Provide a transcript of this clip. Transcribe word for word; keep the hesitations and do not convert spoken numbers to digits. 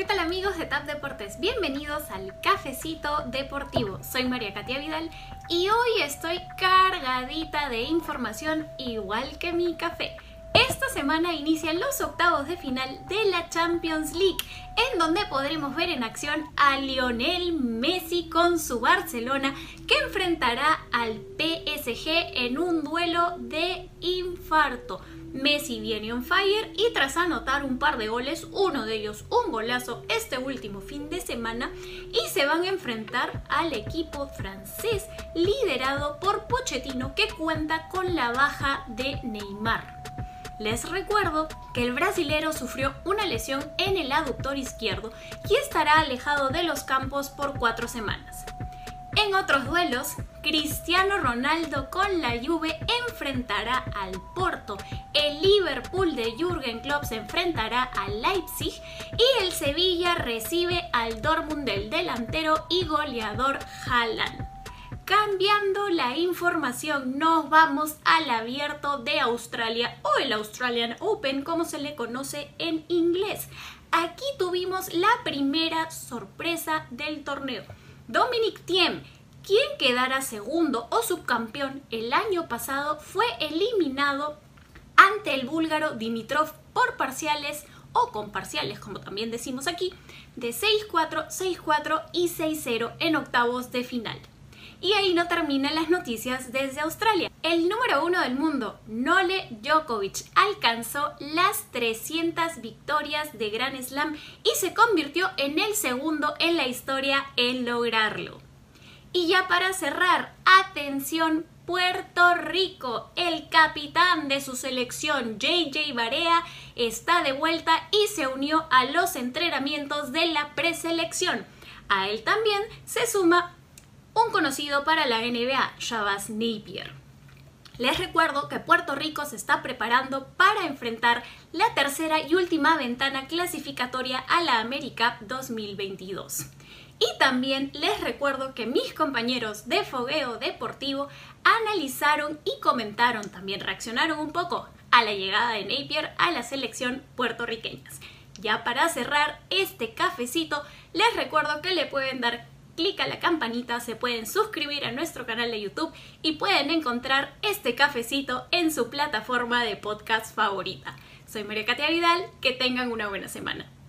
¿Qué tal amigos de TAP Deportes? Bienvenidos al Cafecito Deportivo. Soy María Katia Vidal y hoy estoy cargadita de información igual que mi café. Esta semana inician los octavos de final de la Champions League, en donde podremos ver en acción a Lionel Messi con su Barcelona, que enfrentará al P S G en un duelo de infarto. Messi viene on fire y tras anotar un par de goles, uno de ellos un golazo este último fin de semana, y se van a enfrentar al equipo francés liderado por Pochettino, que cuenta con la baja de Neymar. Les recuerdo que el brasilero sufrió una lesión en el aductor izquierdo y estará alejado de los campos por cuatro semanas. En otros duelos, Cristiano Ronaldo con la Juve enfrentará al Porto, el Liverpool de Jürgen Klopp se enfrentará al Leipzig y el Sevilla recibe al Dortmund del delantero y goleador Haaland. Cambiando la información, nos vamos al Abierto de Australia o el Australian Open, como se le conoce en inglés. Aquí tuvimos la primera sorpresa del torneo. Dominic Thiem, quien quedara segundo o subcampeón el año pasado, fue eliminado ante el búlgaro Dimitrov por parciales o con parciales, como también decimos aquí, de seis cuatro, seis cuatro y seis cero en octavos de final. Y ahí no terminan las noticias desde Australia. El número uno del mundo, Novak Djokovic, alcanzó las trescientas victorias de Grand Slam y se convirtió en el segundo en la historia en lograrlo. Y ya para cerrar, atención, Puerto Rico, el capitán de su selección, J J Barea, está de vuelta y se unió a los entrenamientos de la preselección. A él también se suma un conocido para la N B A, Shabazz Napier. Les recuerdo que Puerto Rico se está preparando para enfrentar la tercera y última ventana clasificatoria a la América dos mil veintidós. Y también les recuerdo que mis compañeros de Fogueo Deportivo analizaron y comentaron, también reaccionaron un poco a la llegada de Napier a la selección puertorriqueña. Ya para cerrar este cafecito, les recuerdo que le pueden dar clic a la campanita, se pueden suscribir a nuestro canal de YouTube y pueden encontrar este cafecito en su plataforma de podcast favorita. Soy María Katia Vidal, que tengan una buena semana.